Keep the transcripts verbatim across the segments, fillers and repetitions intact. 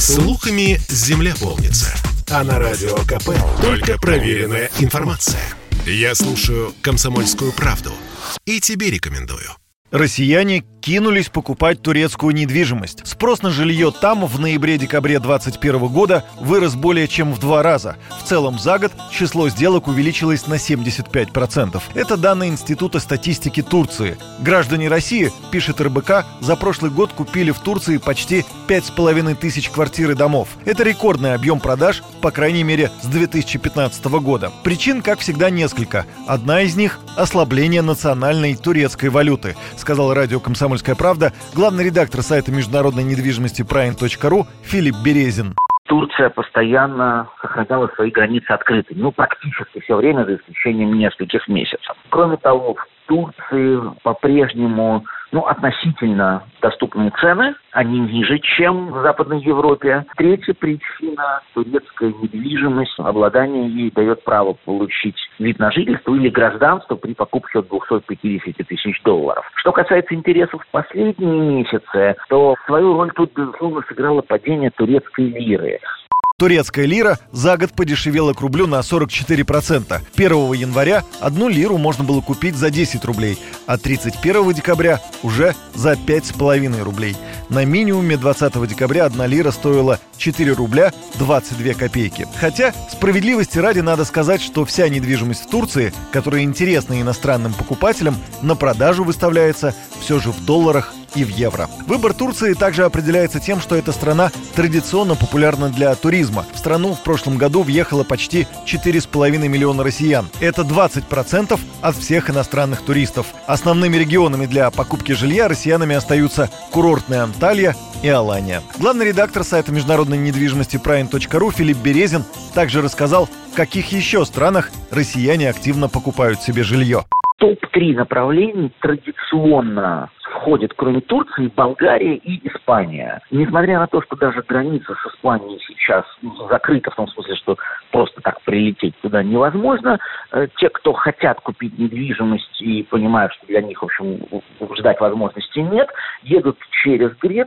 Слухами земля полнится. А на Радио КП только проверенная информация. Я слушаю «Комсомольскую правду» и тебе рекомендую. Россияне кинулись покупать турецкую недвижимость. Спрос на жилье там в ноябре-декабре двадцать первого года вырос более чем в два раза. В целом за год число сделок увеличилось на семьдесят пять процентов. Это данные Института статистики Турции. Граждане России, пишет эр бэ ка, за прошлый год купили в Турции почти пять с половиной тысяч квартир и домов. Это рекордный объем продаж, по крайней мере, с две тысячи пятнадцатого года. Причин, как всегда, несколько. Одна из них – ослабление национальной турецкой валюты, сказал радио «Комсомольская правда» главный редактор сайта международной недвижимости прайм точка ру Филипп Березин. Турция постоянно сохраняла свои границы открытыми, ну, практически все время, за исключением нескольких месяцев. Кроме того, в Турции по-прежнему, ну, относительно доступные цены, они ниже, чем в Западной Европе. Третья причина – турецкая недвижимость. Обладание ей дает право получить вид на жительство или гражданство при покупке от двухсот пятидесяти тысяч долларов. Что касается интересов в последние месяцы, то свою роль тут, безусловно, сыграло падение турецкой лиры. Турецкая лира за год подешевела к рублю на сорок четыре процента. первого января одну лиру можно было купить за десять рублей, а тридцать первого декабря уже за пять с половиной рублей. На минимуме двадцатого декабря одна лира стоила четыре рубля двадцать две копейки. Хотя, справедливости ради, надо сказать, что вся недвижимость в Турции, которая интересна иностранным покупателям, на продажу выставляется все же в долларах и в евро. Выбор Турции также определяется тем, что эта страна традиционно популярна для туризма. В страну в прошлом году въехало почти четыре с половиной миллиона россиян. Это двадцать процентов от всех иностранных туристов. Основными регионами для покупки жилья россиянами остаются курортная Анталья и Алания. Главный редактор сайта международной недвижимости прайм точка ру Филипп Березин также рассказал, в каких еще странах россияне активно покупают себе жилье. топ три направлений традиционно входят, кроме Турции, Болгария и Испания. Несмотря на то, что даже граница с Испанией сейчас закрыта, в том смысле, что просто так прилететь туда невозможно, те, кто хотят купить недвижимость и понимают, что для них, в общем, ждать возможности нет, едут через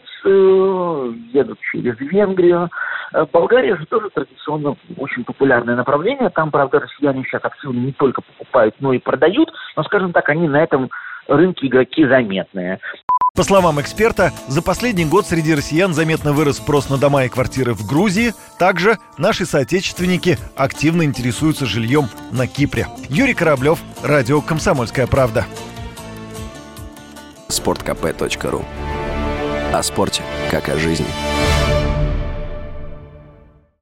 Грецию, едут через Венгрию. Болгария же тоже традиционно очень популярное направление. Там, правда, россияне сейчас активно не только покупают, но и продают. Но, скажем так, они на этом рынке игроки заметные. По словам эксперта, за последний год среди россиян заметно вырос спрос на дома и квартиры в Грузии. Также наши соотечественники активно интересуются жильем на Кипре. Юрий Кораблев, радио «Комсомольская правда». спорт кэ пэ точка ру. О спорте, как о жизни.